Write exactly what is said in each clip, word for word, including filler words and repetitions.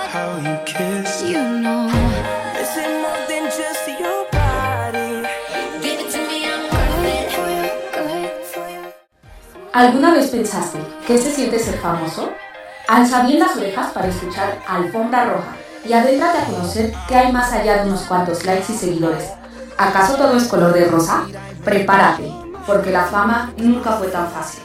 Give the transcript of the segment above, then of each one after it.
how you kiss. You know, this ain't more than just your body. Give it to me, I'm good for you, good for you. ¿Alguna vez pensaste qué se siente ser famoso? Alza bien las orejas para escuchar Alfombra Roja y adéntrate a conocer qué hay más allá de unos cuantos likes y seguidores. ¿Acaso todo es color de rosa? Prepárate, porque la fama nunca fue tan fácil.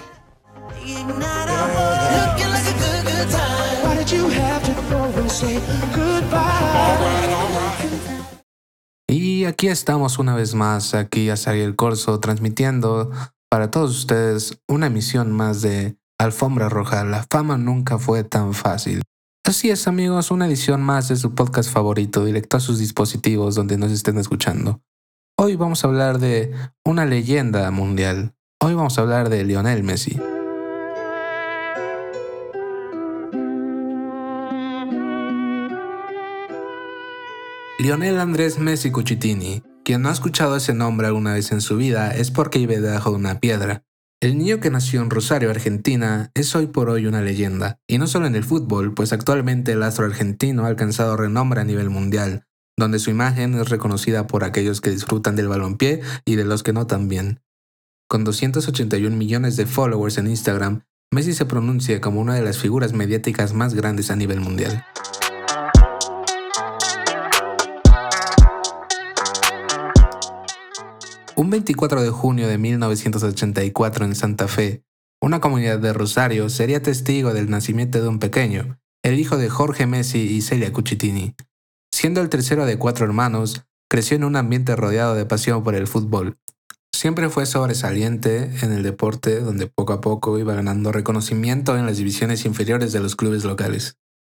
Y aquí estamos una vez más, aquí a Ariel Corso, transmitiendo para todos ustedes una emisión más de Alfombra Roja. La fama nunca fue tan fácil. Así es, amigos, una edición más de su podcast favorito, directo a sus dispositivos donde nos estén escuchando. Hoy vamos a hablar de una leyenda mundial. Hoy vamos a hablar de Lionel Messi. Lionel Andrés Messi Cucitini. Quien no ha escuchado ese nombre alguna vez en su vida es porque vive debajo de una piedra. El niño que nació en Rosario, Argentina, es hoy por hoy una leyenda, y no solo en el fútbol, pues actualmente el astro argentino ha alcanzado renombre a nivel mundial, donde su imagen es reconocida por aquellos que disfrutan del balompié y de los que no también. Con doscientos ochenta y un millones de followers en Instagram, Messi se pronuncia como una de las figuras mediáticas más grandes a nivel mundial. Un veinticuatro de junio de mil novecientos ochenta y cuatro en Santa Fe, una comunidad de Rosario sería testigo del nacimiento de un pequeño, el hijo de Jorge Messi y Celia Cucitini. Siendo el tercero de cuatro hermanos, creció en un ambiente rodeado de pasión por el fútbol. Siempre fue sobresaliente en el deporte, donde poco a poco iba ganando reconocimiento en las divisiones inferiores de los clubes locales.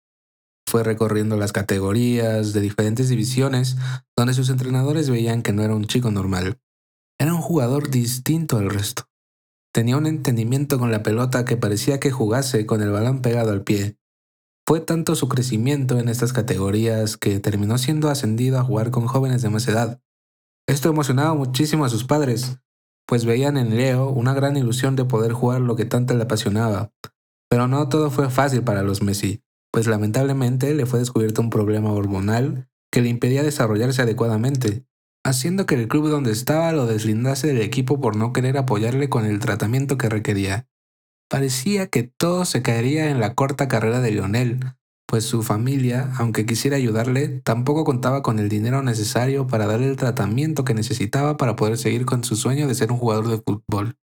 Fue recorriendo las categorías de diferentes divisiones, donde sus entrenadores veían que no era un chico normal. Era un jugador distinto al resto. Tenía un entendimiento con la pelota que parecía que jugase con el balón pegado al pie. Fue tanto su crecimiento en estas categorías que terminó siendo ascendido a jugar con jóvenes de más edad. Esto emocionaba muchísimo a sus padres, pues veían en Leo una gran ilusión de poder jugar lo que tanto le apasionaba. Pero no todo fue fácil para los Messi, pues lamentablemente le fue descubierto un problema hormonal que le impedía desarrollarse adecuadamente, haciendo que el club donde estaba lo deslindase del equipo por no querer apoyarle con el tratamiento que requería. Parecía que todo se caería en la corta carrera de Lionel, pues su familia, aunque quisiera ayudarle, tampoco contaba con el dinero necesario para darle el tratamiento que necesitaba para poder seguir con su sueño de ser un jugador de fútbol.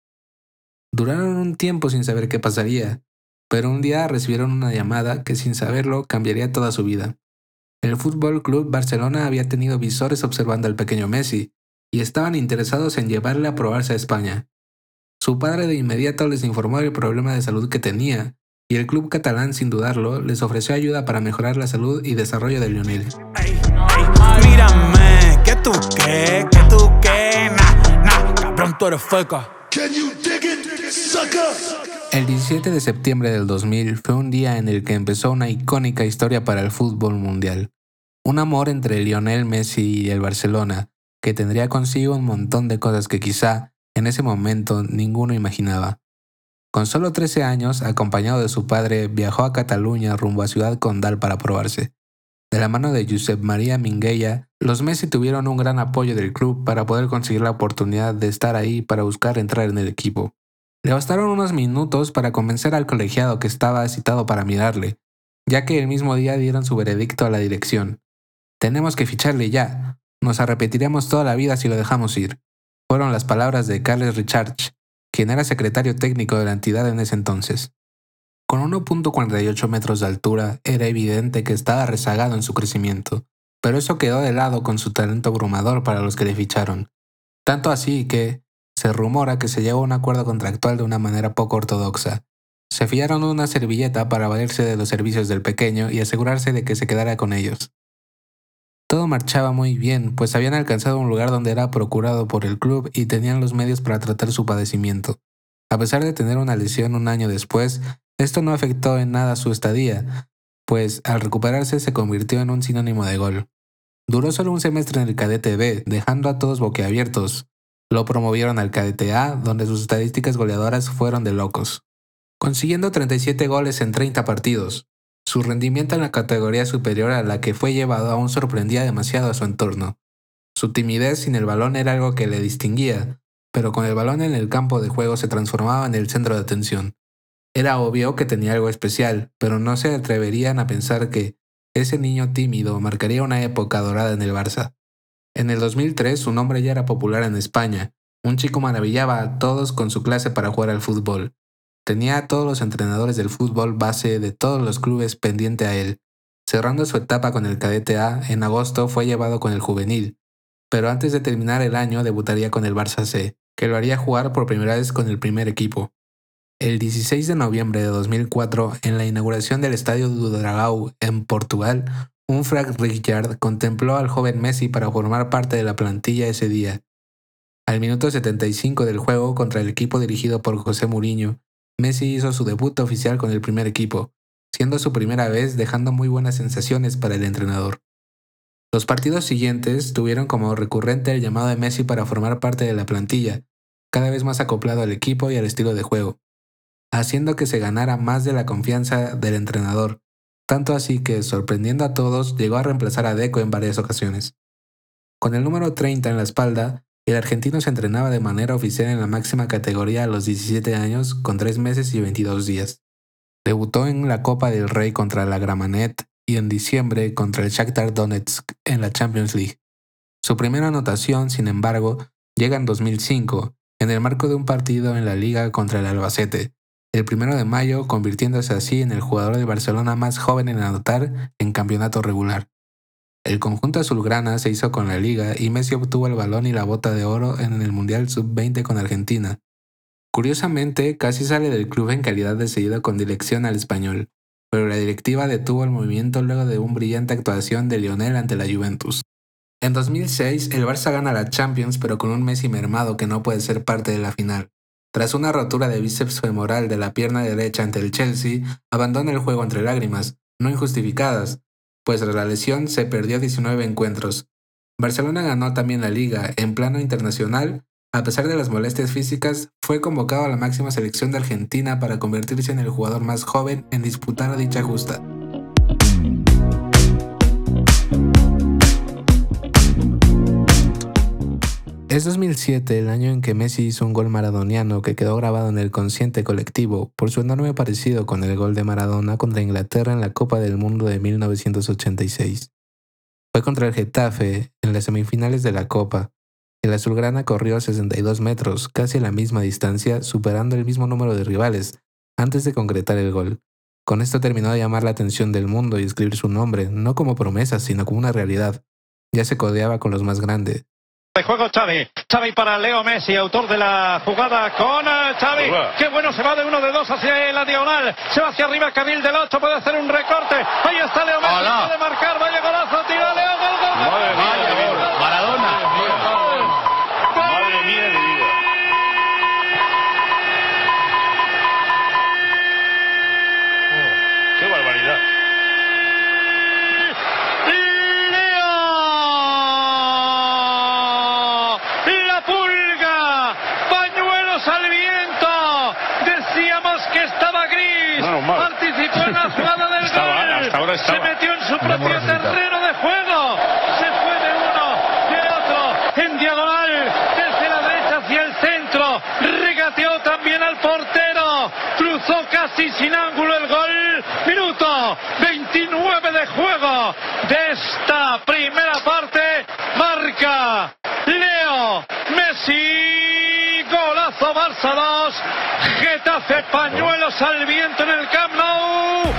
Duraron un tiempo sin saber qué pasaría, pero un día recibieron una llamada que sin saberlo cambiaría toda su vida. El Fútbol Club Barcelona había tenido visores observando al pequeño Messi y estaban interesados en llevarle a probarse a España. Su padre de inmediato les informó del problema de salud que tenía y el club catalán, sin dudarlo, les ofreció ayuda para mejorar la salud y desarrollo de Lionel. Ey, ey, mírame, que tú qué, que tú qué, nah, nah, cabrón, tú eres feca. Can you dig it, sucker? El diecisiete de septiembre del dos mil fue un día en el que empezó una icónica historia para el fútbol mundial. Un amor entre Lionel Messi y el Barcelona, que tendría consigo un montón de cosas que quizá, en ese momento, ninguno imaginaba. Con solo trece años, acompañado de su padre, viajó a Cataluña rumbo a Ciudad Condal para probarse. De la mano de Josep María Minguella, los Messi tuvieron un gran apoyo del club para poder conseguir la oportunidad de estar ahí para buscar entrar en el equipo. Le bastaron unos minutos para convencer al colegiado que estaba citado para mirarle, ya que el mismo día dieron su veredicto a la dirección. «Tenemos que ficharle ya. Nos arrepentiremos toda la vida si lo dejamos ir», fueron las palabras de Carles Richards, quien era secretario técnico de la entidad en ese entonces. Con uno punto cuarenta y ocho metros de altura, era evidente que estaba rezagado en su crecimiento, pero eso quedó de lado con su talento abrumador para los que le ficharon. Tanto así que se rumora que se llegó a un acuerdo contractual de una manera poco ortodoxa. Se fiaron una servilleta para valerse de los servicios del pequeño y asegurarse de que se quedara con ellos. Todo marchaba muy bien, pues habían alcanzado un lugar donde era procurado por el club y tenían los medios para tratar su padecimiento. A pesar de tener una lesión un año después, esto no afectó en nada su estadía, pues al recuperarse se convirtió en un sinónimo de gol. Duró solo un semestre en el cadete B, dejando a todos boquiabiertos. Lo promovieron al cadete A, donde sus estadísticas goleadoras fueron de locos, consiguiendo treinta y siete goles en treinta partidos. Su rendimiento en la categoría superior a la que fue llevado aún sorprendía demasiado a su entorno. Su timidez sin el balón era algo que le distinguía, pero con el balón en el campo de juego se transformaba en el centro de atención. Era obvio que tenía algo especial, pero no se atreverían a pensar que ese niño tímido marcaría una época dorada en el Barça. En el dos mil tres su nombre ya era popular en España. Un chico maravillaba a todos con su clase para jugar al fútbol. Tenía a todos los entrenadores del fútbol base de todos los clubes pendiente a él. Cerrando su etapa con el Cadete A, en agosto fue llevado con el Juvenil, pero antes de terminar el año debutaría con el Barça C, que lo haría jugar por primera vez con el primer equipo. El dieciséis de noviembre de dos mil cuatro, en la inauguración del Estadio do Dragão en Portugal, un Frank Rijkaard contempló al joven Messi para formar parte de la plantilla ese día. Al minuto setenta y cinco del juego contra el equipo dirigido por José Mourinho, Messi hizo su debut oficial con el primer equipo, siendo su primera vez dejando muy buenas sensaciones para el entrenador. Los partidos siguientes tuvieron como recurrente el llamado de Messi para formar parte de la plantilla, cada vez más acoplado al equipo y al estilo de juego, haciendo que se ganara más de la confianza del entrenador, tanto así que, sorprendiendo a todos, llegó a reemplazar a Deco en varias ocasiones. Con el número treinta en la espalda, el argentino se entrenaba de manera oficial en la máxima categoría a los diecisiete años con tres meses y veintidós días. Debutó en la Copa del Rey contra la Gramenet y en diciembre contra el Shakhtar Donetsk en la Champions League. Su primera anotación, sin embargo, llega en dos mil cinco, en el marco de un partido en la Liga contra el Albacete, el primero de mayo, convirtiéndose así en el jugador de Barcelona más joven en anotar en campeonato regular. El conjunto azulgrana se hizo con la Liga y Messi obtuvo el balón y la bota de oro en el Mundial sub veinte con Argentina. Curiosamente, casi sale del club en calidad de cedido con dirección al Español, pero la directiva detuvo el movimiento luego de una brillante actuación de Lionel ante la Juventus. En dos mil seis, el Barça gana la Champions, pero con un Messi mermado que no puede ser parte de la final. Tras una rotura de bíceps femoral de la pierna derecha ante el Chelsea, abandona el juego entre lágrimas, no injustificadas, pues tras la lesión se perdió diecinueve encuentros. Barcelona ganó también la Liga. En plano internacional, a pesar de las molestias físicas, fue convocado a la máxima selección de Argentina para convertirse en el jugador más joven en disputar dicha justa. Es dos mil siete el año en que Messi hizo un gol maradoniano que quedó grabado en el consciente colectivo por su enorme parecido con el gol de Maradona contra Inglaterra en la Copa del Mundo de mil novecientos ochenta y seis. Fue contra el Getafe, en las semifinales de la Copa. El azulgrana corrió sesenta y dos metros, casi a la misma distancia, superando el mismo número de rivales, antes de concretar el gol. Con esto terminó de llamar la atención del mundo y escribir su nombre, no como promesa, sino como una realidad. Ya se codeaba con los más grandes. De juego Xavi, Xavi para Leo Messi, autor de la jugada con Xavi, qué bueno, se va de uno de dos hacia la diagonal, se va hacia arriba, carril del ocho, puede hacer un recorte, ahí está Leo Messi, Hola. puede marcar, vaya golazo, tira Leo, gol, gol, gol, Madre mía, vaya de gol, vida. Maradona. Madre mía de vida. Oh, qué barbaridad. La pulga, pañuelos al viento, decíamos que estaba gris, Menos mal. participó en la jugada del Estaba, gol, hasta ahora estaba. se metió en su Una propio morracita. terreno de juego, se fue de uno, de otro, en diagonal, desde la derecha hacia el centro, regateó también al portero, cruzó casi sin ángulo el gol, minuto veintinueve de juego de esta primera parte, marca Leo Messi, golazo Barça dos, Getafe, pañuelos al viento en el Camp Nou.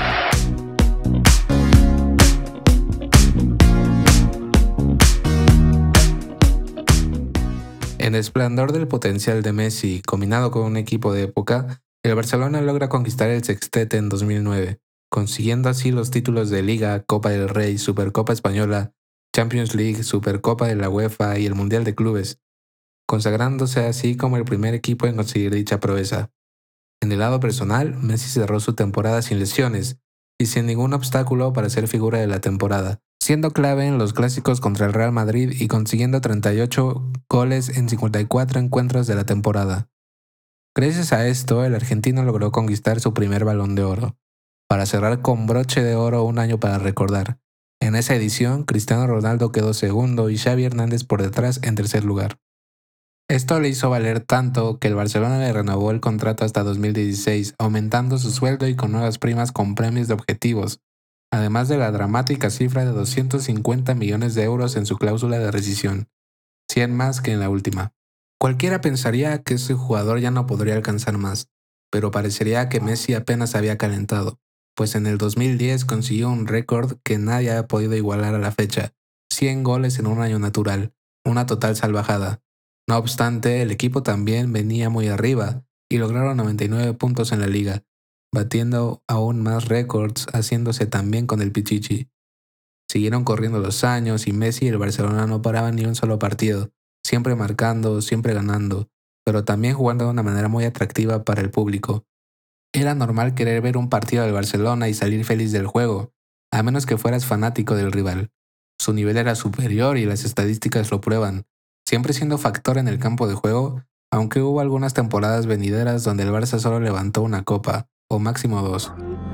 En esplendor del potencial de Messi, combinado con un equipo de época, el Barcelona logra conquistar el sextete en dos mil nueve, consiguiendo así los títulos de Liga, Copa del Rey, Supercopa Española, Champions League, Supercopa de la UEFA y el Mundial de Clubes, consagrándose así como el primer equipo en conseguir dicha proeza. En el lado personal, Messi cerró su temporada sin lesiones y sin ningún obstáculo para ser figura de la temporada, siendo clave en los clásicos contra el Real Madrid y consiguiendo treinta y ocho goles en cincuenta y cuatro encuentros de la temporada. Gracias a esto, el argentino logró conquistar su primer Balón de Oro. para cerrar con broche de oro un año para recordar. En esa edición, Cristiano Ronaldo quedó segundo y Xavi Hernández por detrás en tercer lugar. Esto le hizo valer tanto que el Barcelona le renovó el contrato hasta dos mil dieciséis, aumentando su sueldo y con nuevas primas con premios de objetivos, además de la dramática cifra de doscientos cincuenta millones de euros en su cláusula de rescisión, cien más que en la última. Cualquiera pensaría que ese jugador ya no podría alcanzar más, pero parecería que Messi apenas había calentado, pues en el dos mil diez consiguió un récord que nadie ha podido igualar a la fecha, cien goles en un año natural, una total salvajada. No obstante, el equipo también venía muy arriba y lograron noventa y nueve puntos en la liga, batiendo aún más récords, haciéndose también con el Pichichi. Siguieron corriendo los años y Messi y el Barcelona no paraban ni un solo partido, siempre marcando, siempre ganando, pero también jugando de una manera muy atractiva para el público. Era normal querer ver un partido del Barcelona y salir feliz del juego, a menos que fueras fanático del rival. Su nivel era superior y las estadísticas lo prueban, siempre siendo factor en el campo de juego, aunque hubo algunas temporadas venideras donde el Barça solo levantó una copa, o máximo dos.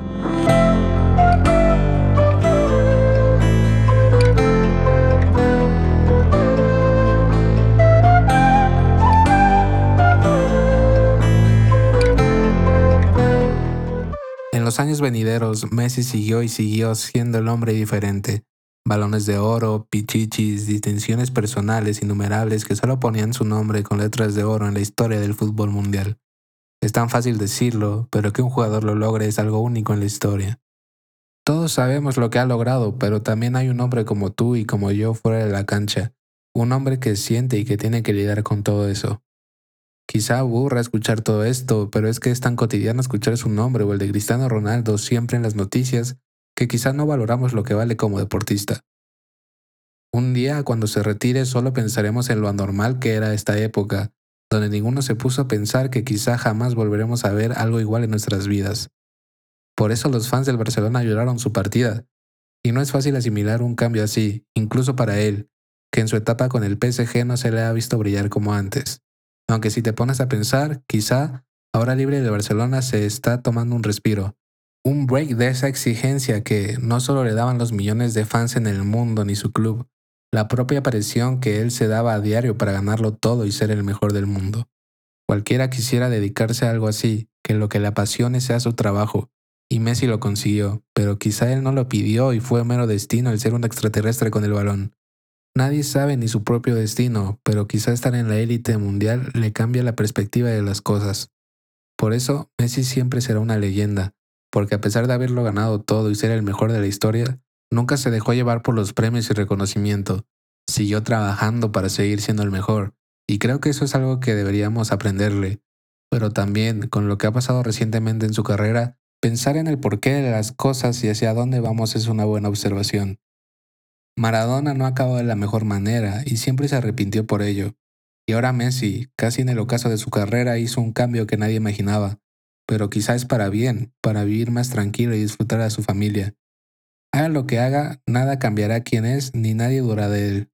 En los años venideros, Messi siguió y siguió siendo el hombre diferente. Balones de oro, pichichis, distinciones personales innumerables que solo ponían su nombre con letras de oro en la historia del fútbol mundial. Es tan fácil decirlo, pero que un jugador lo logre es algo único en la historia. Todos sabemos lo que ha logrado, pero también hay un hombre como tú y como yo fuera de la cancha, un hombre que siente y que tiene que lidiar con todo eso. Quizá aburra escuchar todo esto, pero es que es tan cotidiano escuchar su nombre o el de Cristiano Ronaldo siempre en las noticias que quizá no valoramos lo que vale como deportista. Un día, cuando se retire, solo pensaremos en lo anormal que era esta época, donde ninguno se puso a pensar que quizá jamás volveremos a ver algo igual en nuestras vidas. Por eso los fans del Barcelona lloraron su partida, y no es fácil asimilar un cambio así, incluso para él, que en su etapa con el P S G no se le ha visto brillar como antes. Aunque si te pones a pensar, quizá, ahora libre de Barcelona se está tomando un respiro, un break de esa exigencia que no solo le daban los millones de fans en el mundo ni su club, la propia presión que él se daba a diario para ganarlo todo y ser el mejor del mundo. Cualquiera quisiera dedicarse a algo así, que lo que le apasione sea su trabajo, y Messi lo consiguió, pero quizá él no lo pidió y fue mero destino el ser un extraterrestre con el balón. Nadie sabe ni su propio destino, pero quizá estar en la élite mundial le cambia la perspectiva de las cosas. Por eso, Messi siempre será una leyenda, porque a pesar de haberlo ganado todo y ser el mejor de la historia, nunca se dejó llevar por los premios y reconocimiento. Siguió trabajando para seguir siendo el mejor, y creo que eso es algo que deberíamos aprenderle. Pero también, con lo que ha pasado recientemente en su carrera, pensar en el porqué de las cosas y hacia dónde vamos es una buena observación. Maradona no acabó de la mejor manera y siempre se arrepintió por ello. Y ahora Messi, casi en el ocaso de su carrera, hizo un cambio que nadie imaginaba, pero quizá es para bien, para vivir más tranquilo y disfrutar a su familia. Haga lo que haga, nada cambiará quién es ni nadie dudará de él.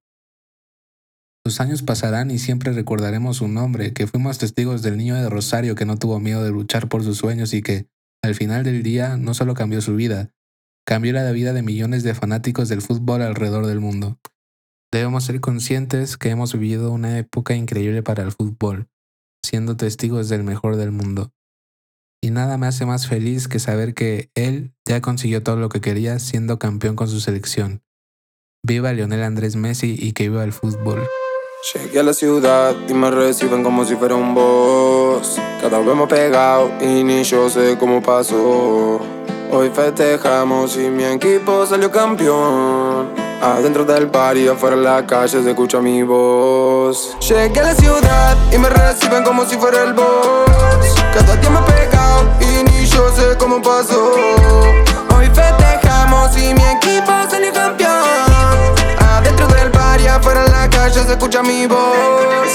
Los años pasarán y siempre recordaremos su nombre, que fuimos testigos del niño de Rosario que no tuvo miedo de luchar por sus sueños y que, al final del día, no solo cambió su vida, cambió la vida de millones de fanáticos del fútbol alrededor del mundo. Debemos ser conscientes que hemos vivido una época increíble para el fútbol, siendo testigos del mejor del mundo. Y nada me hace más feliz que saber que él ya consiguió todo lo que quería siendo campeón con su selección. Viva Lionel Andrés Messi y que viva el fútbol. Llegué a la ciudad y me reciben como si fuera un boss. Cada vez más pegado y ni yo sé cómo pasó. Hoy festejamos y mi equipo salió campeón. Adentro del bar y afuera en la calle se escucha mi voz. Llegué a la ciudad y me reciben como si fuera el boss. Cada día me pegado y ni yo sé cómo pasó. Hoy festejamos y mi equipo salió campeón. Adentro del bar y afuera en la calle se escucha mi voz.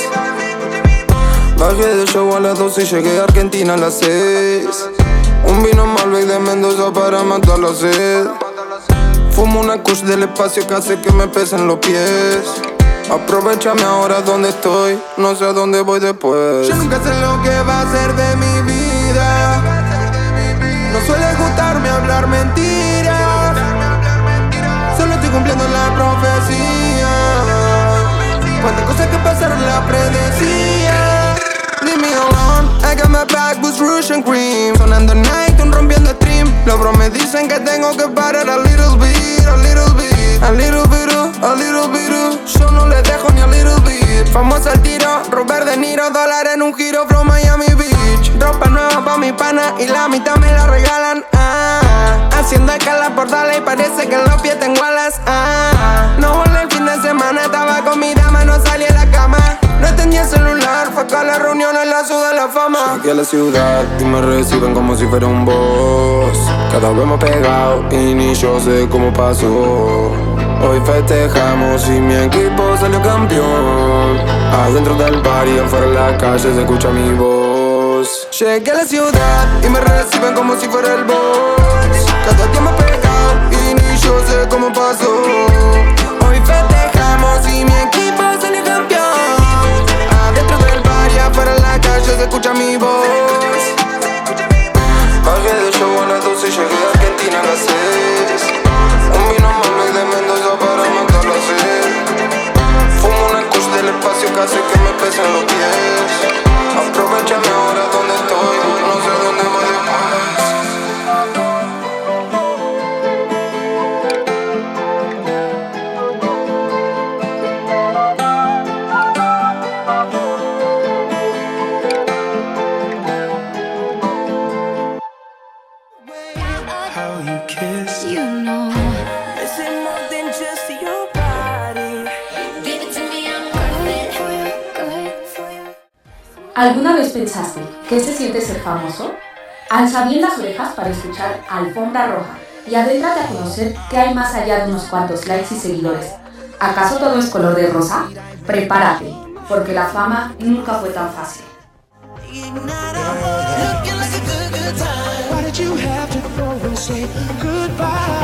Bajé de show a las doce y llegué a Argentina a las seis. Un vino Malbec de Mendoza para matar la sed. Fumo una kush del espacio que hace que me pesen los pies. Aprovechame ahora donde estoy, no sé a dónde voy después. Yo nunca sé lo que va a ser de mi vida. No suele gustarme hablar mentiras, solo estoy cumpliendo la profecía. Cuántas cosas que pasaron la predecía. Leave me alone, I got my back with Russian cream. Sonando night, un rompiendo stream. Los bros me dicen que tengo que parar a little bit, a little bit, a little bit, a little bit. Yo no les dejo ni a little bit. Famoso al tiro, Robert De Niro, dólar en un giro from Miami Beach. Ropa nueva pa' mi pana y la mitad me la regalan. Ah, haciendo escala por Dale y parece que en los pies tengo alas. Ah, no volé el fin de semana, estaba con mi dama, no salí a la cama. No tenía celular, fue acá a la reunión en la ciudad de la fama. Llegué a la ciudad y me reciben como si fuera un boss. Cada vez más pegado y ni yo sé cómo pasó. Hoy festejamos y mi equipo salió campeón. Adentro del bar y afuera en la calle se escucha mi voz. Llegué a la ciudad y me reciben como si fuera el boss. Cada día más pegado y ni yo sé cómo pasó. Hoy festejamos y mi equipo salió campeón. Adentro del bar y afuera en la calle se escucha mi voz. Bajé de show a las doce y llegué a Argentina a las seis. Un vino mami de Mendoza para matar la sed. Fumo una kush del espacio que hace que me pesen los pies. Aprovechame ahora donde estoy, no sé dónde voy ¿Alguna vez pensaste qué se siente ser famoso? Alza bien las orejas para escuchar Alfombra Roja y adéntrate a conocer qué hay más allá de unos cuantos likes y seguidores. ¿Acaso todo es color de rosa? Prepárate, porque la fama nunca fue tan fácil. Why did you have to go and say goodbye?